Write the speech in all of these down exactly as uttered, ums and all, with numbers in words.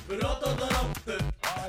プロトドロップ。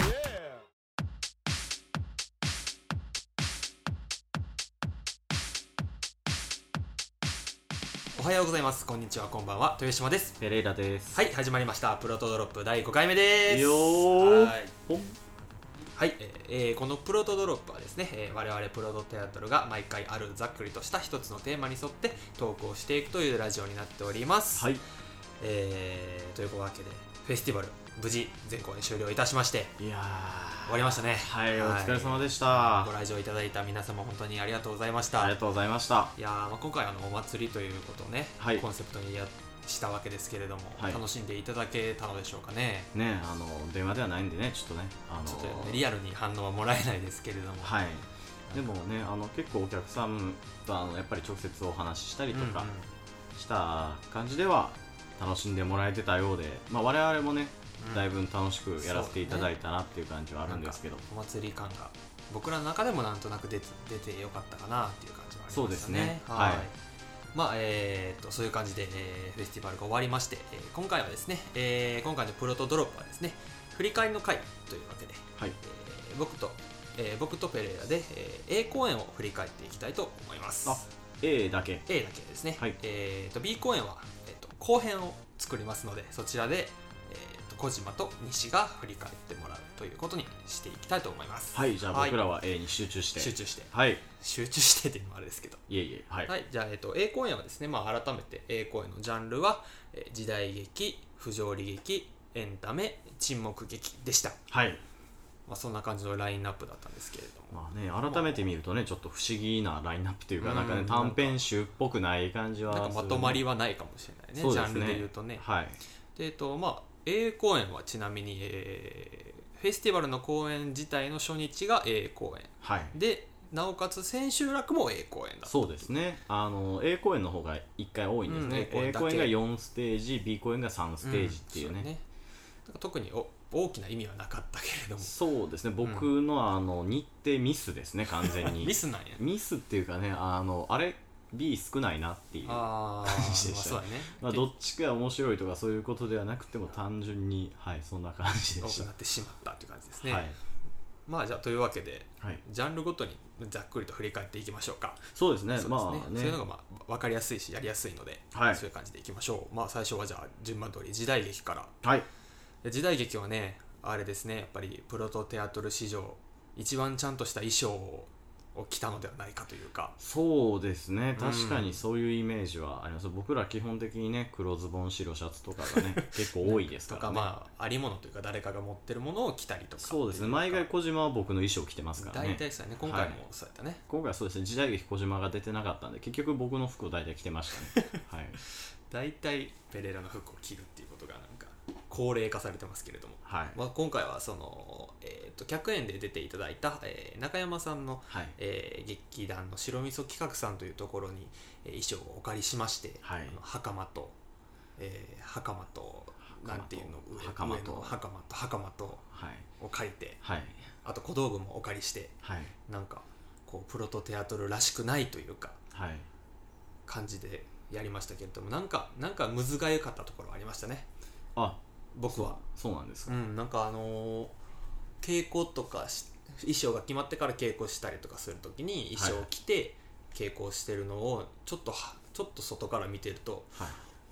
おはようございます。こんにちは、こんばんは。豊島です。 ペレイラです。 はい、始まりましたプロトドロップだいごかいめです。 よーはいはい、えー、このプロトドロップはですね、えー、我々プロトテアトルが毎回あるざっくりとした一つのテーマに沿ってトークをしていくというラジオになっております。 はい、 えー、というわけでフェスティバル無事全公演終了いたしまして、 いやー終わりましたね。 はい、お疲れ様でした。 ご来場いただいた皆様本当にありがとうございました。 ありがとうございました。 いやー、まあ、今回あのお祭りということをね、 はい、 コンセプトにやしたわけですけれども、 はい、 楽しんでいただけたのでしょうかね。 ね、あの電話ではないんでね、ちょっとね、あのちょっとねリアルに反応はもらえないですけれども、 はい、でもね、あの結構お客さんとあのやっぱり直接お話ししたりとかした感じでは楽しんでもらえてたようで、まあ、我々もね、うん、だいぶ楽しくやらせていただいたなっていう感じはあるんですけど、ね、 お祭り感が僕らの中でもなんとなく出て、出てよかったかなっていう感じはありましたね。 そうですね。 はい、はい、まあえー、とそういう感じで、えー、フェスティバルが終わりまして、えー、今回はですね、えー、今回のプロトドロップはですね、振り返りの回というわけで、 はい、 えー、僕と、えー、僕とペレイラで、えー、A 公演を振り返っていきたいと思います。 あ、A だけ A だけですね。 はい、 えー、と B 公演は、えー、と後編を作りますので、そちらで、えー、と小島と西が振り返ってもらうということにしていきたいと思います。 はい、じゃあ僕らは A に集中して、 集中して、 はい、 集中してっていうのもあれですけど、 いえいえ、はい、 はい、じゃあ、えっと、A 公演はですね、まあ、改めて A 公演のジャンルは、えー、時代劇、不条理劇、エンタメ、沈黙劇でした。 はい、 まあ、そんな感じのラインナップだったんですけれども、 まあね、改めて見るとね、ちょっと不思議なラインナップというか、 うん、 なんかね、短編集っぽくない感じはなんかまとまりはないかもしれないね、 そうですね、 ジャンルで言うとね。 はい、 で、えっとまあ、A 公演はちなみに、えー、フェスティバルの公演自体の初日が A 公演、 はい、 でなおかつ千秋楽も A 公演だった。 そうですね、あの A 公演の方がいっかい多いんですね、うん、A 公演がよんステージ、B 公演がさんステージっていうね、うん、そうね、 なんか特にお大きな意味はなかったけれども、 そうですね、僕のあの日程ミスですね、完全にミスなんや。 ミスっていうかね、あのあれ B 少ないなっていう感じでした。まあ、ね、まあどっちか面白いとかそういうことではなくても単純に、はい、そんな感じでした。 多くなってしまったという感じですね。 はい、 まあじゃあというわけで、 はい、 ジャンルごとにざっくりと振り返っていきましょうか。 そうですね、 そうですね、 まあね、 そういうのがまあ分かりやすいしやりやすいので、はい、そういう感じでいきましょう。まあ最初はじゃあ順番通り時代劇から。 はい、 時代劇はね、あれですね、やっぱりプロトテアトル史上一番ちゃんとした衣装を着たのではないかというか。 そうですね、確かにそういうイメージはあります。うん、僕ら基本的にね、黒ズボン白シャツとかがね結構多いですからね。 とか、まあありものというか誰かが持ってるものを着たりとか。 そうですね、毎回小島は僕の衣装着てますからね。 大体そうやね、今回もそうやったね。はい、 今回はそうですね、時代劇小島が出てなかったんで結局僕の服を大体着てましたね。はい、 大体ペレラの服を着るっていうことがなんか高齢化されてますけれども、 はい、 まあ、今回はその、えー、と客演で出ていただいた、えー、中山さんの、 はい、 えー、劇団の白味噌企画さんというところに、えー、衣装をお借りしまして、 はい、 あの袴と、えー、袴となんていうの上袴と上の袴と袴とを借りて、 はい、 あと小道具もお借りして、はい、なんかこうプロトテアトルらしくないというか、はい、感じでやりましたけれども、なんかなんかむずがゆかったところありましたね。 あ、 僕はそうなんですか。 うん、なんかあのー、稽古とかし衣装が決まってから稽古したりとかするときに衣装を着て稽古をしてるのをちょっとはちょっと外から見てると、はい、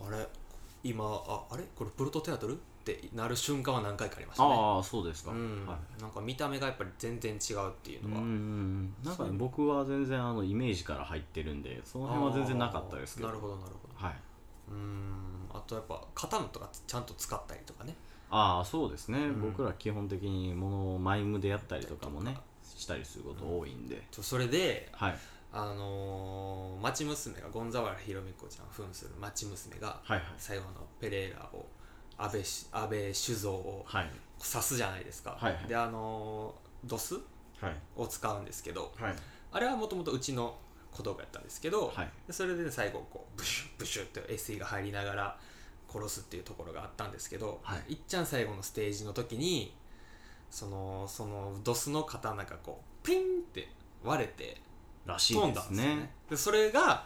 あれ今ああれこれプロトテアトルってなる瞬間は何回かありましたね。 ああ、そうですか。うん、 はい、なんか見た目がやっぱり全然違うっていうのは、 うんなんか、ね、僕は全然あのイメージから入ってるんでその辺は全然なかったですけど。 なるほどなるほど。はい、うーんあとやっぱ刀とかちゃんと使ったりとかね。 ああ、そうですね、うん、僕ら基本的にものをマイムでやったりとかもねしたりすること多いんで、 うん、それで、 はい、 あのー、町娘がゴンザワラヒロミコちゃん扮する町娘が、はいはい、最後のペレーラを安倍安倍酒造を刺すじゃないですか、はいはい、であのー、ドス、はい、を使うんですけど、はい、あれはもともとうちの小道具やったんですけど、はい、でそれで、ね、最後こうブシュッブシュッって エスイー が入りながら殺すっていうところがあったんですけど、はい、いっちゃん最後のステージの時にそのそのドスの刀がこうピンって割れてらしいですね。 飛んだんですよね。でそれが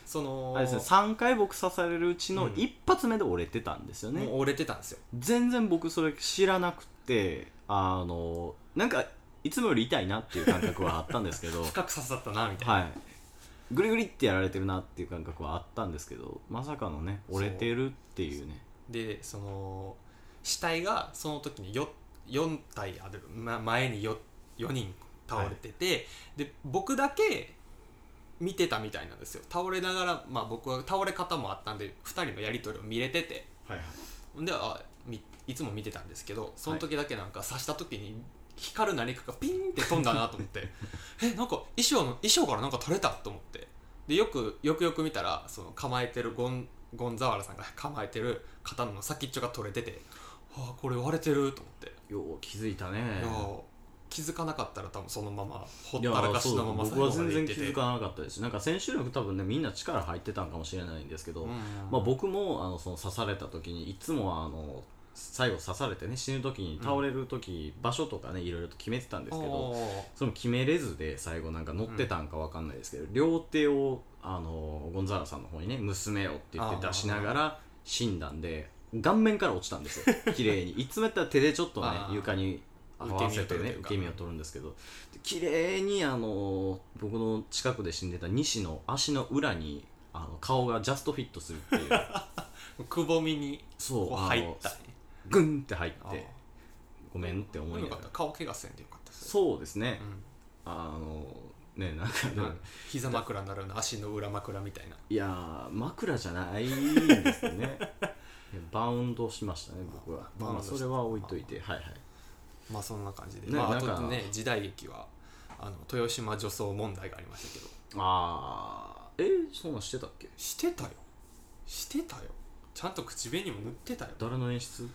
そのあれですね、さんかい僕刺されるうちの一発目で折れてたんですよね、 うん、もう折れてたんですよ。 全然僕それ知らなくて、あのなんかいつもより痛いなっていう感覚はあったんですけど深く刺さったなみたいな、 はい、グリグリってやられてるなっていう感覚はあったんですけど、まさかのね折れてるっていうね。 でその死体がその時に よ, よん体ある、ま、前に よ, よにん倒れてて、はい、で僕だけ見てたみたいなんですよ。倒れながら、まあ、僕は倒れ方もあったんでふたりのやり取りを見れてて、はいはい、であいつも見てたんですけど、その時だけなんか刺した時に光る何かがピンって飛んだなと思ってえなんか衣装の衣装からなんか取れたと思って、でよくよくよく見たらその構えてるゴンゴンザワラさんが構えてる刀の先っちょが取れてて、はあこれ割れてると思って、 よう気づいたね。 いや気づかなかったら多分そのままほったらかしのまま僕は全然気づかなかったです。なんか選手力多分ねみんな力入ってたんかもしれないんですけど、うんうんまあ、僕もあのその刺された時にいつもあの最後刺されてね死ぬ時に倒れる時、うん、場所とかねいろいろと決めてたんですけど、その決めれずで最後なんか乗ってたんかわかんないですけど、うん、両手をあのゴンザーラさんの方にね娘をって言って出しながら死んだんで顔面から落ちたんですよ綺麗にいつもやったら手でちょっとね床に合わせてね受け身を取るんですけど、綺麗にあの僕の近くで死んでた西の足の裏にあの顔がジャストフィットするっていうくぼみにこう入ったね、 グンって入ってごめんって思いながら顔怪我せんでよかったです。 そうですね、うん、あのねなんか、 うん、膝枕になるような足の裏枕みたいな。 いや枕じゃないんですねバウンドしましたね僕は。まあそれは置いといて、はいはい、 まあそんな感じで、ねまあ、あとね時代劇はあの豊島女装問題がありましたけど。 ああえそんなんしてたっけ。 してたよしてたよちゃんと口紅も塗ってたよ。 誰の演出。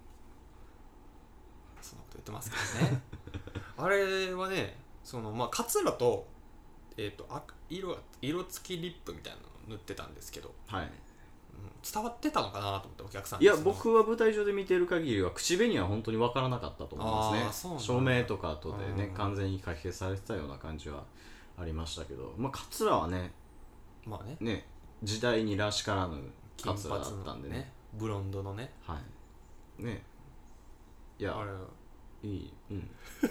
そんなこと言ってますけどねあれはねそのまあカツラと、えー、と色色付きリップみたいなのを塗ってたんですけど、はい、伝わってたのかなと思ってお客さんに。 いや僕は舞台上で見てる限りは口紅は本当に分からなかったと思いますね。照明とか後でね完全に書き消されてたような感じはありましたけど、まあカツラはねまあねね時代にらしからぬカツラだったんで ね, ねブロンドのねはいねいやあれいいうん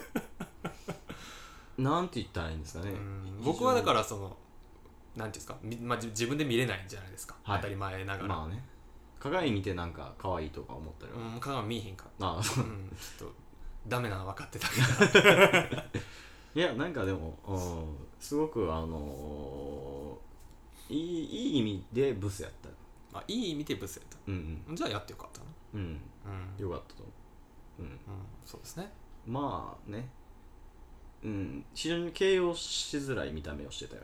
なんて言ったらいいんですかね。 僕はだからそのなんていうんですか、まあ、自分で見れないんじゃないですか、はい、当たり前ながら。 まあね鏡見てなんか可愛いとか思ったりは、 うん、鏡見えへんかった。ああ、うん、ちょっとダメなの分かってたからいやなんかでも、うん、すごくあのー、いいいい意味でブスやった。 あいい意味でブスやった、うんうん、じゃあやってよかったな。 うん、うん、よかったと思う、うんうん、 そうですね。 まあねうん、非常に形容しづらい見た目をしてたよ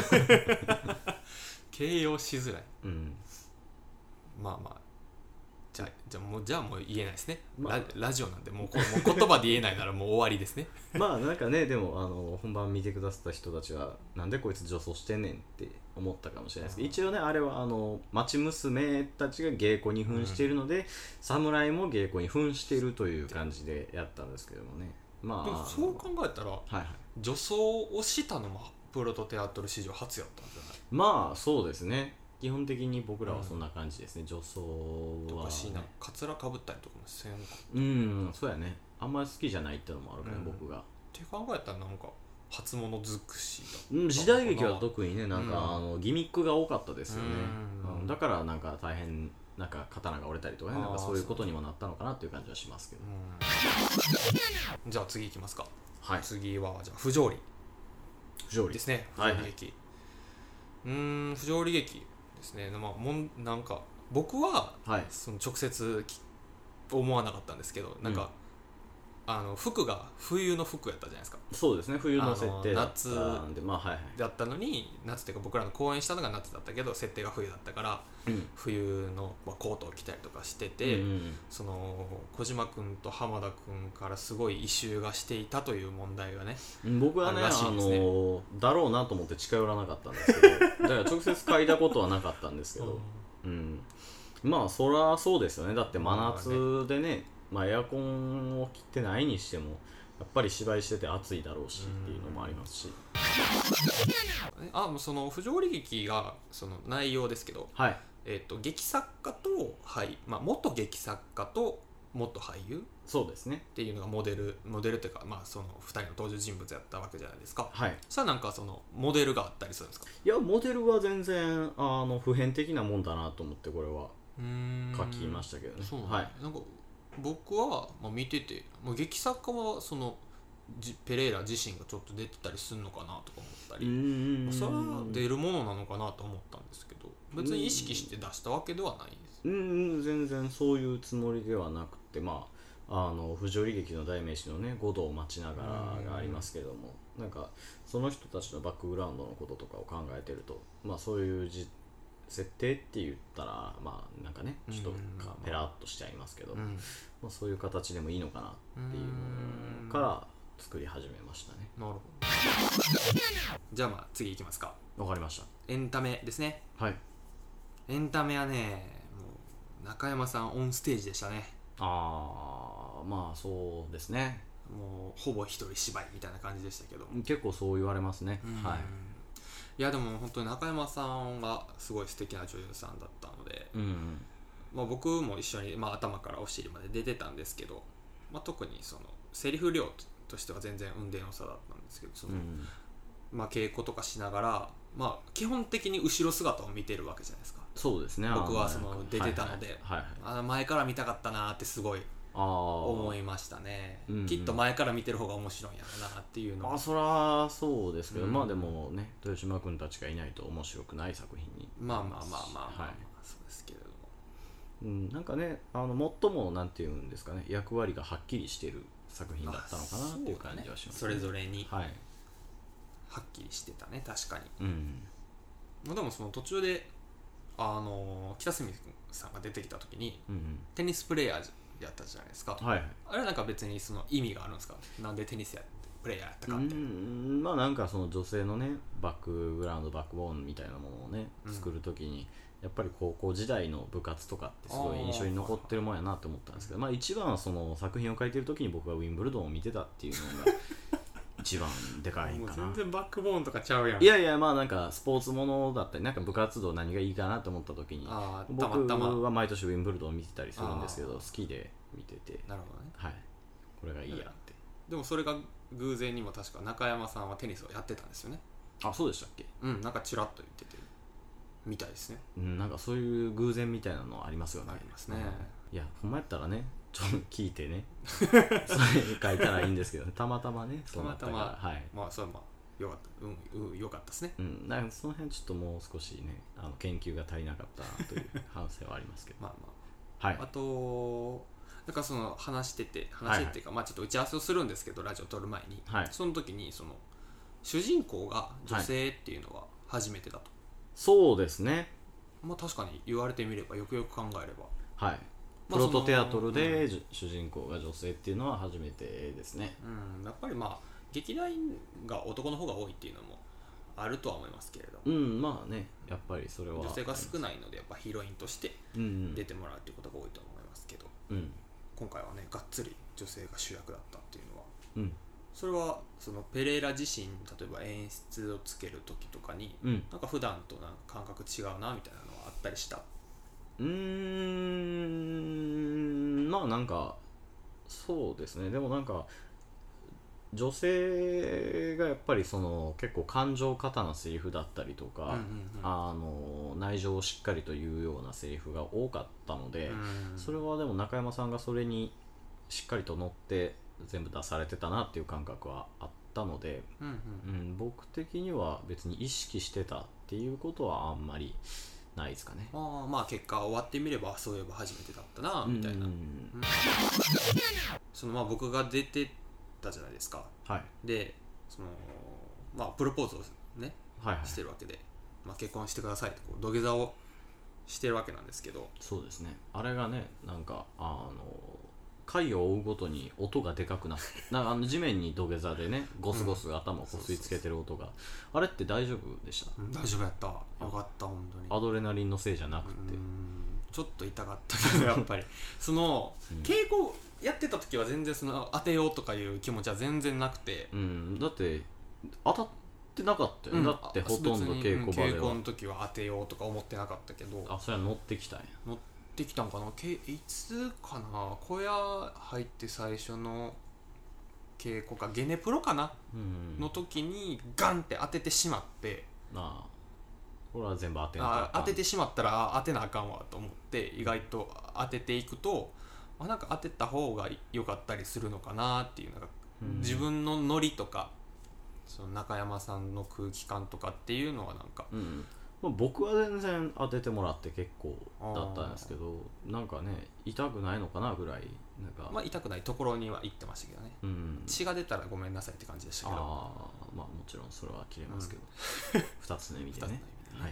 形容しづらい、 うん、 まあまあじゃあじゃあもうじゃあもう言えないですね、まあ、ラ, ラジオなんでもうこもう言葉で言えないならもう終わりですねまあなんかねでもあの本番見てくださった人たちはなんでこいつ女装してんねんって思ったかもしれないですけど、一応ねあれはあの町娘たちが芸妓に扮しているので、うん、侍も芸妓に扮しているという感じでやったんですけどもね。まあ、 でもそう考えたら、はいはい、女装をしたのもプロトテアトル史上初やったんじゃない。 まあそうですね基本的に僕らはそんな感じですね、うん、女装は、ね、とかしなカツラかぶったりとかもせんかうんそうやねあんまり好きじゃないってのもあるから、ねうん、僕がって考えたらなんか初物尽くしだった、うん、時代劇は特にねなんか、うん、あのギミックが多かったですよね、うんうん、だからなんか大変なんか刀が折れたりとかねなんかそういうことにもなったのかなっていう感じはしますけど、 うん、じゃあ次いきますか、 はい、 次はじゃあ不条理不条理ですね。不条理劇、はい、うーん不条理劇ですね。まあ、もんなんか僕は、はい、その直接思わなかったんですけどなんか、うん、あの服が冬の服やったじゃないですか。 そうですね冬の設定だったんで、まあはいはい、だったのに夏っていうか僕らの公演したのが夏だったけど設定が冬だったから、うん、冬の、まあ、コートを着たりとかしてて、うんうん、その小島君と浜田君からすごい異臭がしていたという問題がね僕はねああのだろうなと思って近寄らなかったんですけどだから直接嗅いだことはなかったんですけど、うん、まあそりゃそうですよね。だって真夏でね、まあ、エアコンを切ってないにしてもやっぱり芝居してて熱いだろうしっていうのもありますし、 あもうその不条理劇がその内容ですけど、 はい、 えー、と劇作家と俳、まあ、元劇作家と元俳優そうですねっていうのがモデルモデルというか、まあ、そのふたりの登場人物やったわけじゃないですか。 はい。 それはなんかそのモデルがあったりするんですか？ いやモデルは全然あの普遍的なもんだなと思ってこれはうーん書きましたけどね。 そう、 はい、 なんか僕は、まあ、見てて、まあ、劇作家はそのペレイラ自身がちょっと出てたりするのかなとか思ったり、まあ、それは出るものなのかなと思ったんですけど、別に意識して出したわけではないです。 うん、全然そういうつもりではなくて、まああの不条理劇の代名詞のね五道を待ちながらがありますけども、なんかその人たちのバックグラウンドのこととかを考えてると、まあそういうじ設定って言ったらまあなんかねちょっとペラッとしちゃいますけど、うんまあ、そういう形でもいいのかなっていうのから作り始めましたね。 なるほど。じゃあまあ次いきますか。 わかりました。 エンタメですね。 はい。 エンタメはねもう中山さんオンステージでしたね。 ああまあそうですね。 もうほぼ一人芝居みたいな感じでしたけど、 結構そう言われますね。はい。 いやでも本当に中山さんがすごい素敵な女優さんだったので、うんうんまあ、僕も一緒に、まあ、頭からお尻まで出てたんですけど、まあ、特にそのセリフ量としては全然雲泥の差だったんですけど、その、うんまあ、稽古とかしながら、まあ、基本的に後ろ姿を見てるわけじゃないですか。 そうですね。 僕はその出てたので、はいはいはいはい、あ前から見たかったなってすごい思いましたね、うんうん、きっと前から見てる方が面白いんやろうなっていうのは。 まあそりゃそうですけど、うん、まあでもね豊島君たちがいないと面白くない作品にまあまあまあまあまあ、まあはい、そうですけれども、 うん、なんかねあの最もなんていうんですかね役割がはっきりしている作品だったのかなっていう感じはします、 ね、それぞれに、 はい、 はっきりしてたね確かに、 うんまあ、でもその途中であの北角さんが出てきた時に、うんうん、テニスプレーヤーやったじゃないですか、 はい、 あれはなんか別にその意味があるんですか？なんでテニスやプレーヤーやったかって。 うんまあなんかその女性のねバックグラウンドバックボーンみたいなものをね、うん、作るときにやっぱり高校時代の部活とかってすごい印象に残ってるもんやなと思ったんですけど、まあ一番その作品を書いてるときに僕がウィンブルドンを見てたっていうのが一番でかいかな。 もう全然バックボーンとかちゃうやん。 いやいやまあなんかスポーツものだったりなんか部活動何がいいかなと思った時にあ僕たまたまは毎年ウィンブルドンを見てたりするんですけど好きで見てて、 なるほどね、 はい、これがいいやって。 でもそれが偶然にも確か中山さんはテニスをやってたんですよね。 あそうでしたっけ？ うんなんかチラッと言っててみたいですね。 うんなんかそういう偶然みたいなのありますよね。 ありますね、 うん、いやほんまやったらねちょっと聞いてねそれ書いたらいいんですけど、ね、たまたまねたまたまはいまあそれはまあよかったうんうんよかったですね。 うんなんかその辺ちょっともう少しねあの研究が足りなかったなという反省はありますけどまあまあはいあとなんかその話してて話してっていうか、はいはい、まあちょっと打ち合わせをするんですけどラジオ撮る前に、はい、その時にその主人公が女性っていうのは初めてだと、はい、 そうですね。 まあ確かに言われてみればよくよく考えればはいプロトテアトルで、うん、主人公が女性っていうのは初めてですね。 うんやっぱりまあ劇団員が男の方が多いっていうのもあるとは思いますけれども、うんまあねやっぱりそれは女性が少ないのでやっぱヒロインとして出てもらうっていうことが多いと思いますけど、うん、今回はねがっつり女性が主役だったっていうのは、うん、それはそのペレイラ自身例えば演出をつける時とかに、うん、なんか普段となんか感覚違うなみたいなのはあったりした？ うーんまあなんかそうですね。でもなんか女性がやっぱりその結構感情過多なセリフだったりとか、うんうんうん、あの内情をしっかりと言うようなセリフが多かったので、うん、それはでも中山さんがそれにしっかりと乗って全部出されてたなっていう感覚はあったので、うんうんうん、僕的には別に意識してたっていうことはあんまりないですかね。 あまあ結果終わってみればそういえば初めてだったなみたいな、うんうん、そのまあ僕が出てたじゃないですか、はい、でそのまあプロポーズをね、はいはい、してるわけで、まあ、結婚してくださいってこう土下座をしてるわけなんですけど、 そうですねあれがねなんかあの回を追うごとに音がでかくなってなんかあの地面に土下座でねゴスゴス頭をこすりつけてる音が、うん、あれって大丈夫でした？ うん、大丈夫やったよかった本当にアドレナリンのせいじゃなくてうんちょっと痛かったけどやっぱりその、うん、稽古やってた時は全然その当てようとかいう気持ちは全然なくて、 うん、だって当たってなかったよ、うん、だってほとんど稽古場では、 稽古の時は当てようとか思ってなかったけど、 あ、それは乗ってきたんや。 乗ってきたんかな、けいつかな、小屋入って最初の稽古かゲネプロかな、うん、の時にガンって当ててしまって、 ああ、これは全部当てなかった。 あ、当ててしまったら当てなあかんわと思って意外と当てていくと、あ、なんか当てた方が良かったりするのかなっていうのが、うん、自分のノリとかその中山さんの空気感とかっていうのはなんか、 うん、まあ、僕は全然当ててもらって結構だったんですけど、なんかね痛くないのかなぐらい、なんか、 まあ、痛くないところには行ってましたけどね、うん、血が出たらごめんなさいって感じでしたけど、 あ、まあもちろんそれは切れますけど、うん、ふたつの意味でね、はい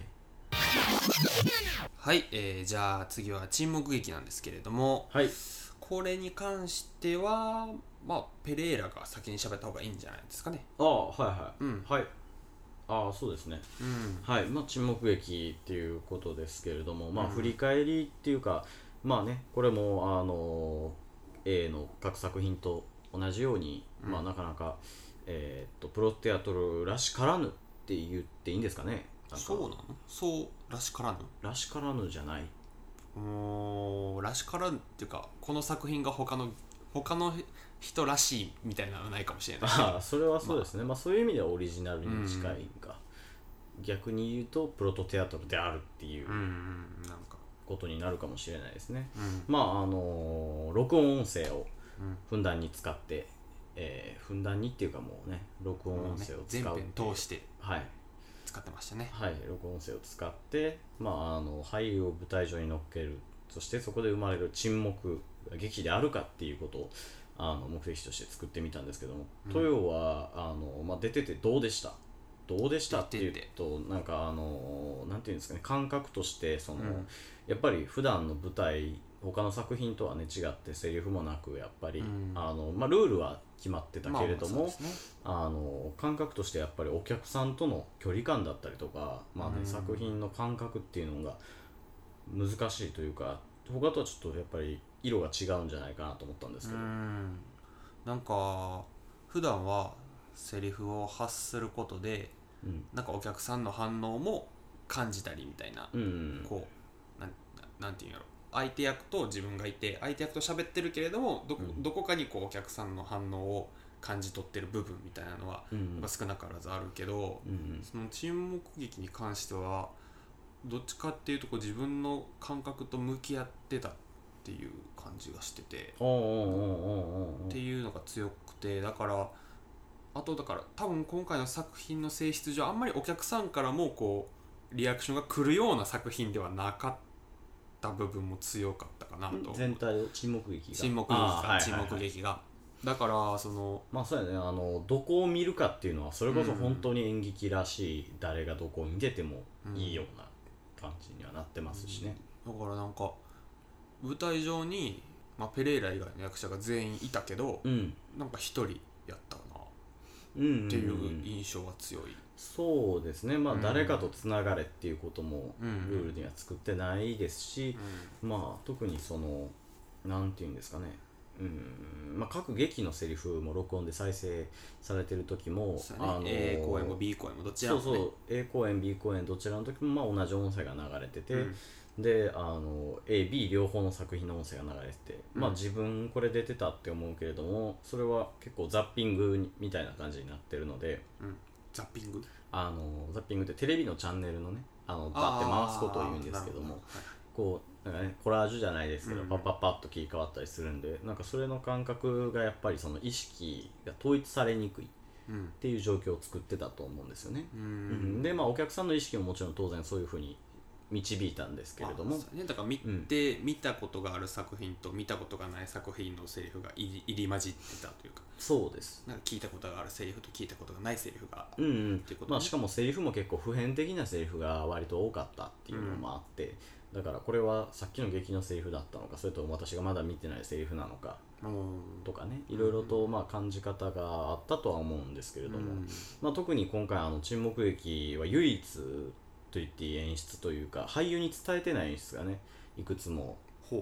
はい、えー、じゃあ次は沈黙劇なんですけれども、 はい、 これに関してはまあペレーラが先に喋った方がいいんじゃないですかね。 ああ、はいはい、うん、はい、ああ、そうですね、うん、はい、まあ沈黙劇っていうことですけれども、まあ振り返りっていうか、うん、まあね、これもあの A の各作品と同じように、うん、まあなかなか、えー、っとプロテアトルらしからぬって言っていいんですかね。 そうなの？そうらしからぬ？ らしからぬじゃない。 もうらしからぬっていうか、この作品が他の他の人らしいみたいなのはないかもしれない。 ああ、それはそうですね。まあ、まあ、そういう意味ではオリジナルに近いが、うん、逆に言うとプロトテアトルであるっていうことになるかもしれないですね。うん、まああのー、録音音声をふんだんに使って、うん、えー、ふんだんにっていうかもうね、録音音声を使って、 全編通して、 はい。 使ってましたね。 はい、録音声を使って、まあ、あの俳優を舞台上に乗っける、そしてそこで生まれる沈黙が劇であるかっていうことをあの目的として作ってみたんですけども、うん、豊はあの、まあ、出ててどうでしたどうでしたっていうと、なんかあのなんていうんですかね、感覚としてその、うん、やっぱり普段の舞台他の作品とはね違ってセリフもなく、やっぱり、うん、あのまあ、ルールは決まってたけれども、まあね、あの感覚としてやっぱりお客さんとの距離感だったりとか、まあね、うん、作品の感覚っていうのが難しいというか、他とはちょっとやっぱり色が違うんじゃないかなと思ったんですけど、うん、 なんか普段はセリフを発することで、うん、なんかお客さんの反応も感じたりみたいな、うん、こう な, なんていうんやろ、相手役と自分がいて相手役と喋ってるけれども ど, どこかにこうお客さんの反応を感じ取ってる部分みたいなのは、うん、少なからずあるけど、うん、その沈黙劇に関してはどっちかっていうとこう自分の感覚と向き合ってたっていう感じがしてて、っていうのが強くて、だからあとだから多分今回の作品の性質上あんまりお客さんからもこうリアクションが来るような作品ではなかった部分も強かったかなと。 全体を沈黙劇が沈黙劇が、はいはいはい、沈黙劇がだからそのまあそうやね、あのどこを見るかっていうのはそれこそ本当に演劇らしい、うん、誰がどこを見ててもいいような感じにはなってますしね、 うん、だからなんか舞台上に、まあ、ペレイラ以外の役者が全員いたけど、うん、なんか一人やったなっていう印象が強い、うんうんうん、 そうですね、まあ、うん、誰かとつながれっていうこともルールには作ってないですし、うん、まあ特にそのなんていうんですかね、うんまあ、各劇のセリフも録音で再生されてる時も、 ね、あの A 公演も B 公演もどちらも、ね、 そうそう A 公演 B 公演どちらの時もまあ同じ音声が流れてて、うんであの エービー 両方の作品の音声が流れてて、うん、まあ自分これ出てたって思うけれどもそれは結構ザッピングみたいな感じになってるので、 うん、ザッピングあのザッピングってテレビのチャンネルのねあのバッて回すことを言うんですけども、はい、こうなんか、ね、コラージュじゃないですけど、うん、パッパッパッと切り替わったりするんで、なんかそれの感覚がやっぱりその意識が統一されにくいっていう状況を作ってたと思うんですよね、うんうん、でまあお客さんの意識ももちろん当然そういうふうに導いたんですけれども、 ね、だから見て、うん、見たことがある作品と見たことがない作品のセリフが入り、入り混じってたというか、 そうです。 なんか聞いたことがあるセリフと聞いたことがないセリフが、 うんうんっていうこと、ね、まあ、しかもセリフも結構普遍的なセリフが割と多かったっていうのもあって、うん、だからこれはさっきの劇のセリフだったのかそれとも私がまだ見てないセリフなのかとかね、いろいろとまあ感じ方があったとは思うんですけれども、うん、まあ、特に今回あの沈黙劇は唯一と言っていい演出というか俳優に伝えてない演出がねいくつも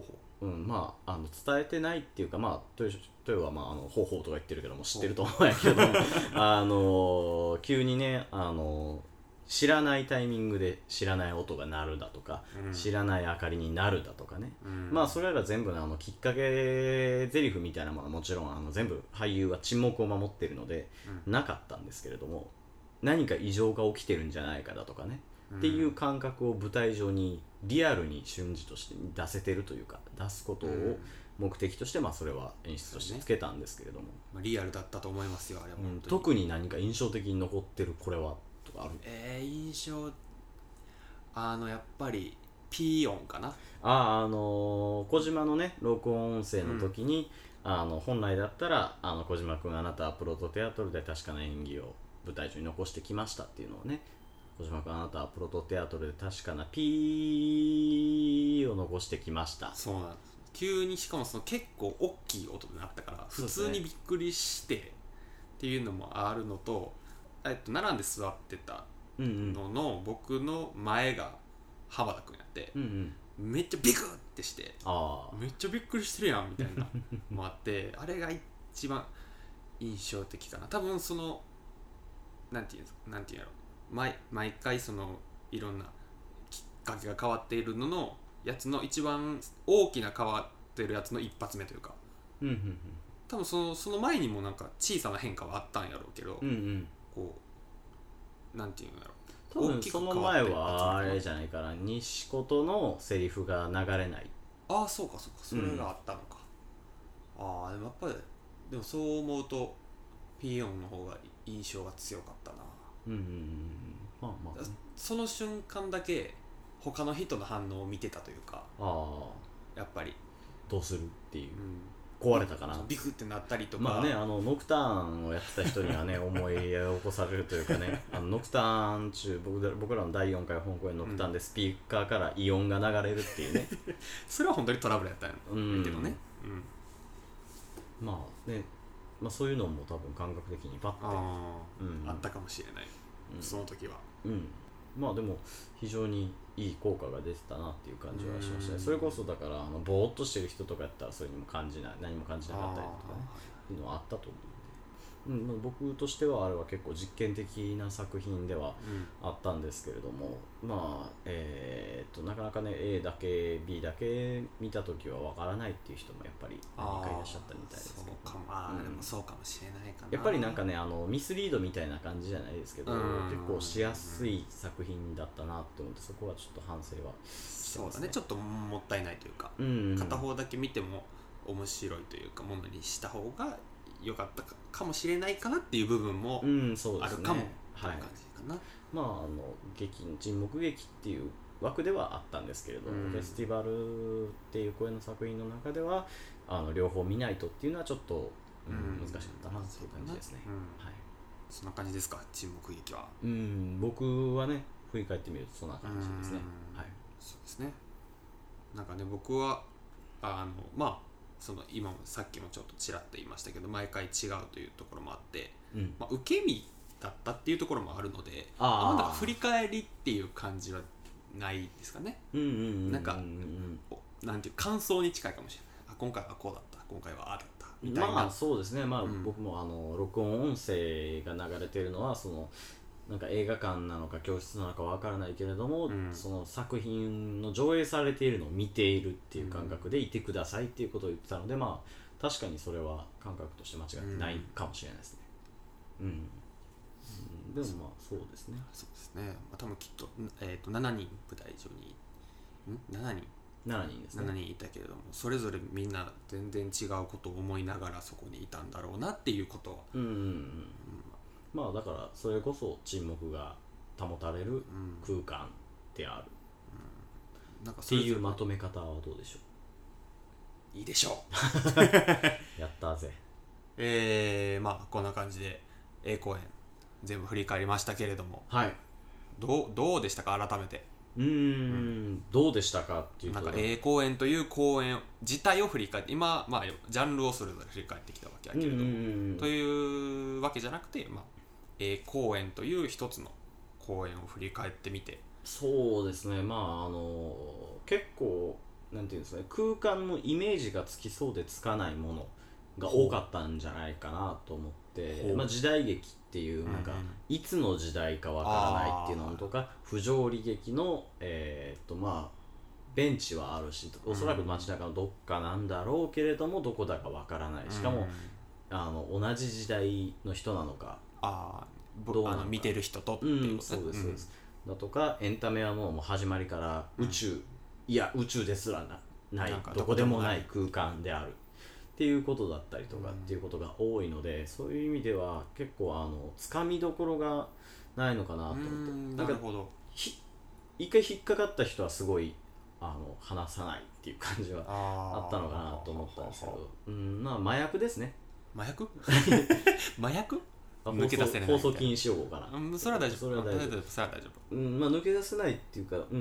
うん、まあ、あの伝えてないっていうか、まあ、というとは、まあ、あの方法とか言ってるけども知ってると思うんやけどあの急にねあの知らないタイミングで知らない音が鳴るだとか、うん、知らない明かりになるだとかね、うん、まあそれら全部、ね、あのきっかけ台詞みたいなものはもちろんあの全部俳優は沈黙を守っているので、うん、なかったんですけれども、何か異常が起きてるんじゃないかだとかね、うん、っていう感覚を舞台上にリアルに瞬時として出せてるというか、出すことを目的として、まあそれは演出としてつけたんですけれども、 まあ、リアルだったと思いますよあれは、 うん、特に何か印象的に残ってるこれはとかある？ えー、印象あのやっぱりピー音かな。 ああ、あのー、小島のね録音音声の時に、うん、あの本来だったらあの小島君あなたはプロトテアトルで確かな演技を舞台上に残してきましたっていうのをね、小島君あなたはプロトテアトルで確かなピーを残してきました。 そうなんです。急にしかもその結構大きい音になったから普通にびっくりしてっていうのもあるのと、えっと並んで座ってたのの僕の前が浜田君やって、うんうん、めっちゃビクッてして、あめっちゃびっくりしてるやんみたいなもあってあれが一番印象的かな。多分そのなんていうんですか、なんていうんやろ、毎, 毎回そのいろんなきっかけが変わっているののやつの一番大きな変わってるやつの一発目というか、うんうんうん、多分そのその前にもなんか小さな変化はあったんやろうけど、うんうん、こうなんていうんやろ、 多分その前はあれじゃないかな、西琴のセリフが流れない。 ああそうかそうか、それがあったのか、うん、ああでもやっぱりでもそう思うとピー音の方が印象が強かったな。うんうんうん、まあまあ、ね、その瞬間だけ他の人の反応を見てたというか、あやっぱりどうするっていう、うん、壊れたかなビクってなったりとか、 まあね、あのノクターンをやってた人にはね思い起こされるというかねあのノクターン中 僕, 僕らのだいよんかい本公演ノクターンでスピーカーからイオンが流れるっていうね、 うん、それは本当にトラブルやったんやけどね、 うん、まあね、まあ、そういうのも多分感覚的にバッて あ,、 うん、あったかもしれない、うん、その時は、 うん、まあでも非常にいい効果が出てたなっていう感じはしましたね。それこそだからあのぼーっとしてる人とかやったらそれにも感じない、何も感じなかったりとかねっていうのはあったと思うんで、うん、僕としてはあれは結構実験的な作品ではあったんですけれども、うん、まあえー、っとなかなかね A だけ B だけ見た時はわからないっていう人もやっぱり何かいらっしゃったみたいですけど、 そうかも、あ、うん、でもそうかもしれないかな。 やっぱりなんかねあのミスリードみたいな感じじゃないですけど、結構しやすい作品だったなって思って、そこはちょっと反省はしてますね。 そうだね、ちょっともったいないというか、うんうん、片方だけ見ても面白いというかものにした方が良かったかもしれないかなっていう部分もあるかも、うんね、という感じかな、はい、 まああの劇沈黙劇っていう枠ではあったんですけれども、うん、フェスティバルっていう声の作品の中ではあの両方見ないとっていうのはちょっと、うん、難しかったなっていう感じですね、うんはい、そんな感じですか、沈黙劇は。 うん、僕はね振り返ってみるとそんな感じですね、はい、 そうですね。なんかね僕はあのまあその今もさっきもちょっとちらっと言いましたけど毎回違うというところもあって、うんまあ、受け身だったっていうところもあるので、あなんか振り返りっていう感じはないですかね。なんかなんていう感想に近いかもしれない。あ今回はこうだった、今回はああだったみたいな。 まあそうですね、まあ、うん、僕もあの録音音声が流れているのはそのなんか映画館なのか教室なのかわからないけれども、うん、その作品の上映されているのを見ているっていう感覚でいてくださいっていうことを言ってたので、まあ確かにそれは感覚として間違ってないかもしれないですね。うん、うん、でもまあそうですね。 そうですね。まあ、多分きっと、えー、としちにん舞台上にんしちにんしちにんですね。 しちにんいたけれどもそれぞれみんな全然違うことを思いながらそこにいたんだろうなっていうことは。うんうんうんうんまあだからそれこそ沈黙が保たれる空間である、うんうん、なんかっていうまとめ方はどうでしょう。いいでしょうやったぜ。 えー、まあこんな感じで A 公演全部振り返りましたけれども、はい、どう、どうでしたか改めて。 うーん、うん、どうでしたかっていうとなんか A 公演という公演自体を振り返って今、まあ、ジャンルをそれぞれ振り返ってきたわけやけれども、うんうんうん、というわけじゃなくて、まあA 公演という一つの公演を振り返ってみて。 そうですね、まああの結構なんていうんですかね、空間のイメージがつきそうでつかないものが多かったんじゃないかなと思って、まあ、時代劇っていうなんか、うんうん、いつの時代かわからないっていうのとか、不条理劇のえー、っとまあベンチはあるし、おそらく街中のどっかなんだろうけれどもどこだかわからない、しかも、うん、あの同じ時代の人なのか、 あどうあの見てる人とっていうこと、 うん、そうですそうです、うん、だとかエンタメはもう始まりから宇宙、うん、いや宇宙ですらなない、どこでもない空間であるっていうことだったりとかっていうことが多いので、うん、そういう意味では結構あのつかみどころがないのかなと思って、うん、 なるほど、 一回引っかかった人はすごいあの話さないっていう感じはあったのかなと思ったんですけど、うん、まあ麻薬ですね。 麻薬麻薬抜け出せない放送禁止用語かな、 うん、それは大丈夫、 それは大丈夫、 それは大丈夫、 うん、まあ抜け出せないっていうか、うん、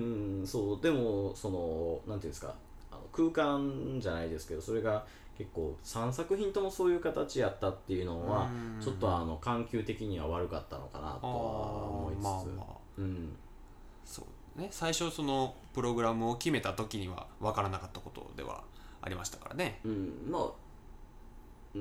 そうでもそのなんていうんですか、あの空間じゃないですけど、それが結構さんさく品ともそういう形やったっていうのはちょっとあの緩急的には悪かったのかなとは思いつつ、まあまあ、うん、 そうね、最初そのプログラムを決めた時には分からなかったことではありましたからね。 うん、まあ、うん、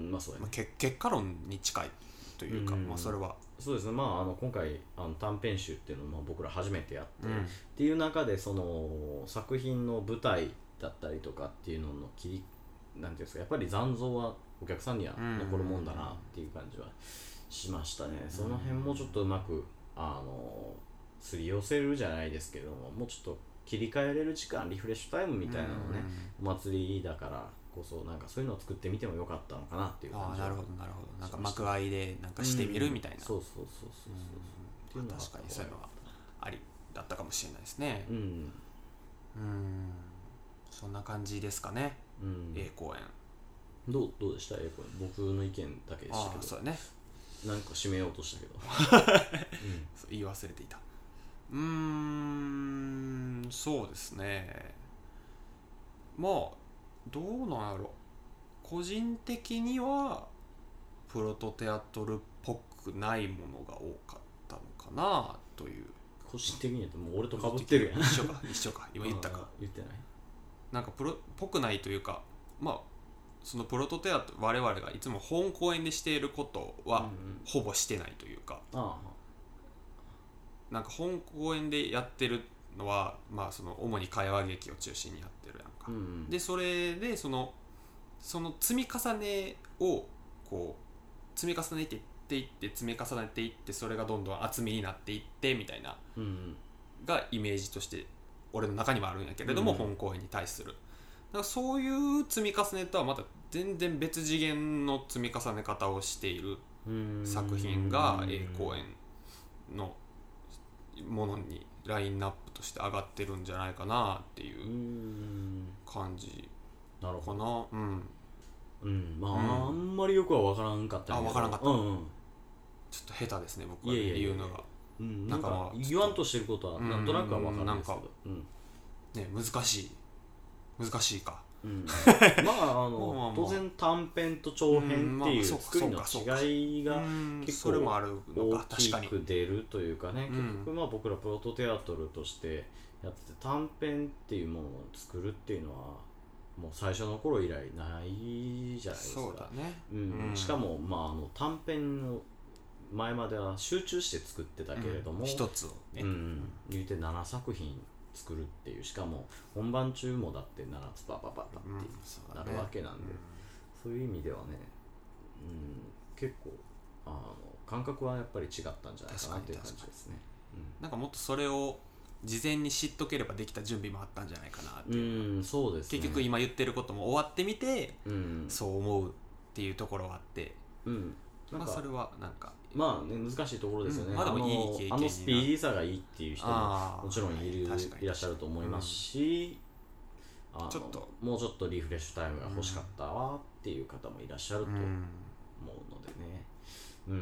まあそうやね。 まあ、け結果論に近いというか、うん、まあそれはそうですね。まああの今回あの短編集っていうのをまあ僕ら初めてやって、うん、っていう中でその作品の舞台だったりとかっていうのの切りなんていうんですか、やっぱり残像はお客さんには残るもんだなっていう感じはしましたね。うん、その辺もちょっとうまくあのすり寄せるじゃないですけども、もうちょっと切り替えれる時間、リフレッシュタイムみたいなのね、お祭りだからこそなんかそういうのを作ってみてもよかったのかなっていう感じ。 ああ、なるほどなるほど。なんか幕間でなんかしてみるみたいな、うん、 そうそうそうそうそう、 うん、確かにそういうのはありだったかもしれないですね。 うん、うん、 そんな感じですかね。うん、A 公演どうどうでした A 公演。僕の意見だけでしたけど。 あ、そうね。 なんか締めようとしたけど、 うん、言い忘れていた。うーん、そうですね。まあどうなんやろ。個人的にはプロトテアトルっぽくないものが多かったのかなという。 個人的にはもう俺と被ってるやん。 一緒か一緒か今言ったか。 言ってない。 なんかプロっぽくないというか、まあそのプロトテアトル我々がいつも本公演でしていることはほぼしてないというか、うんうん、なんか本公演でやってるのはまあその主に会話劇を中心にやってるやんか、うんうん、でそれでそのその積み重ねをこう積み重ねていっていって積み重ねていってそれがどんどん厚みになっていってみたいな、うんうん、がイメージとして俺の中にはあるんやけれども、うんうん、本公演に対するだからそういう積み重ねとはまた全然別次元の積み重ね方をしている作品が A 公演のものにラインナップとして上がってるんじゃないかなっていう感じかな。なるほど。うん。 うん、まあ、うん、あんまりよくは分からんかったけど。 あ、分からんかった。うんうん、ちょっと下手ですね僕は言うのが。 うん、なんか言わんとしてることはなんとなくは分かるんですけど、うんうん、 ね、難しい難しいか、 うん、まああの当然短編と長編っていう作りの違いが結構大きく出るというかね、結局まあ僕らプロトテアトルとしてやってて短編っていうものを作るっていうのはもう最初の頃以来ないじゃないですか。 そうだね、 うんうん、しかもまああの短編の前までは集中して作ってたけれども、うん、 一つをね、 うん、言うてななさく品作るっていう、しかも本番中もだってななつパパパパってなるわけなんで、うん、そういう意味ではね、うん、結構あの感覚はやっぱり違ったんじゃないかなっていう感じですね、 うん、なんかもっとそれを事前に知っとければできた準備もあったんじゃないかなっていう、 うん、そうですね、 結局今言ってることも終わってみて、うん、そう思うっていうところがあって、うん、なんかまあそれはなんかまあね、難しいところですよね、うん、 まあ、でもいい経験になる。 あのスピーディーさがいいっていう人ももちろんいるいらっしゃると思いますし、うん、あのちょっともうちょっとリフレッシュタイムが欲しかったわっていう方もいらっしゃると思うのでね、うん、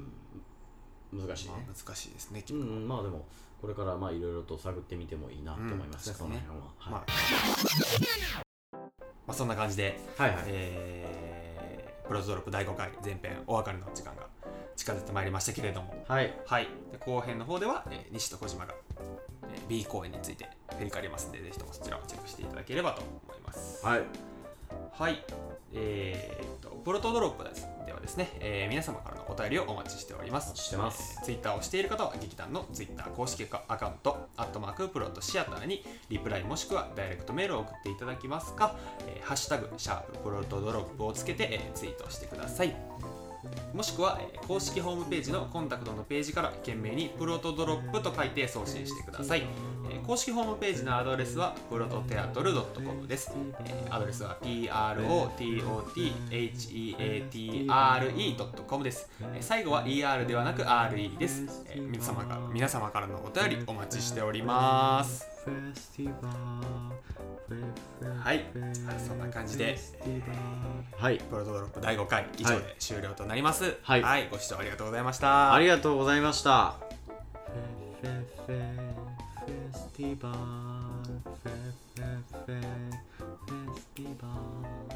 難しいね、 まあ、難しいですね、 うん、まあでもこれからまあいろいろと探ってみてもいいなと思いますね、うん、その辺は、はい、まあ、まあ、そんな感じで、はいはい、えープロトドロップだいごかい前編お別れの時間が近づいてまいりましたけれども、 はい、 はい、で後編の方では、えー、西と小島が、えー、B 公演について振り返りますので、ぜひともそちらをチェックしていただければと思います。 はい、 はい、えー、っとプロトドロップではですね、えー、皆様からのお便りをお待ちしております。 してます。 えー、ツイッターをしている方は劇団のツイッター公式アカウントアットマークプロトシアターにリプライもしくはダイレクトメールを送っていただきますか、えー、ハッシュタグシャーププロトドロップをつけて、えー、ツイートしてください。もしくは、えー、公式ホームページのコンタクトのページから懸命にプロトドロップと書いて送信してください。えー、公式ホームページのアドレスはプロトテアトル ドットコム です。えー、アドレスは プロトヘアトル ドットコム です。えー、最後は イーアール ではなく アールイー です。えー、皆様から皆様からのお便りお待ちしております。はい、そんな感じで、 はい、 プロトドロップだいごかい以上で終了となります。 はい、 はい、ご視聴ありがとうございました。 ありがとうございました。フェフェフェスティバルフェフェフェフェスティバル